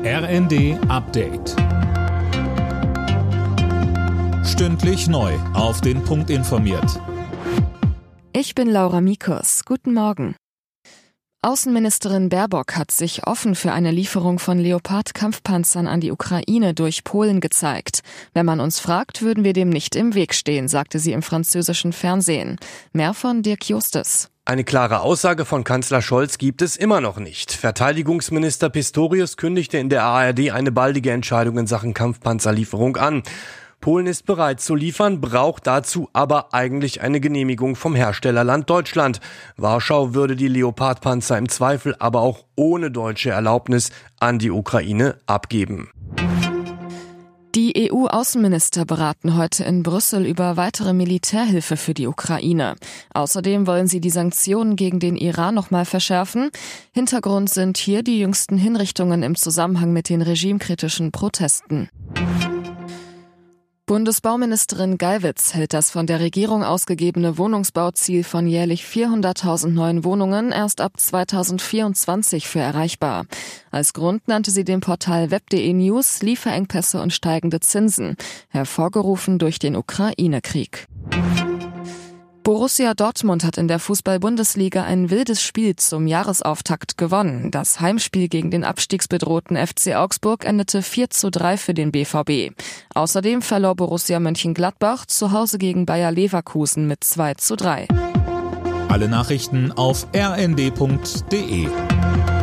RND Update. Stündlich neu auf den Punkt informiert. Ich bin Laura Mikus. Guten Morgen. Außenministerin Baerbock hat sich offen für eine Lieferung von Leopard-Kampfpanzern an die Ukraine durch Polen gezeigt. Wenn man uns fragt, würden wir dem nicht im Weg stehen, sagte sie im französischen Fernsehen. Mehr von Dirk Justus. Eine klare Aussage von Kanzler Scholz gibt es immer noch nicht. Verteidigungsminister Pistorius kündigte in der ARD eine baldige Entscheidung in Sachen Kampfpanzerlieferung an. Polen ist bereit zu liefern, braucht dazu aber eigentlich eine Genehmigung vom Herstellerland Deutschland. Warschau würde die Leopardpanzer im Zweifel aber auch ohne deutsche Erlaubnis an die Ukraine abgeben. Die EU-Außenminister beraten heute in Brüssel über weitere Militärhilfe für die Ukraine. Außerdem wollen sie die Sanktionen gegen den Iran nochmal verschärfen. Hintergrund sind hier die jüngsten Hinrichtungen im Zusammenhang mit den regimekritischen Protesten. Bundesbauministerin Geiwitz hält das von der Regierung ausgegebene Wohnungsbauziel von jährlich 400.000 neuen Wohnungen erst ab 2024 für erreichbar. Als Grund nannte sie dem Portal web.de News Lieferengpässe und steigende Zinsen, hervorgerufen durch den Ukraine-Krieg. Borussia Dortmund hat in der Fußball-Bundesliga ein wildes Spiel zum Jahresauftakt gewonnen. Das Heimspiel gegen den abstiegsbedrohten FC Augsburg endete 4:3 für den BVB. Außerdem verlor Borussia Mönchengladbach zu Hause gegen Bayer Leverkusen mit 2:3. Alle Nachrichten auf rnd.de.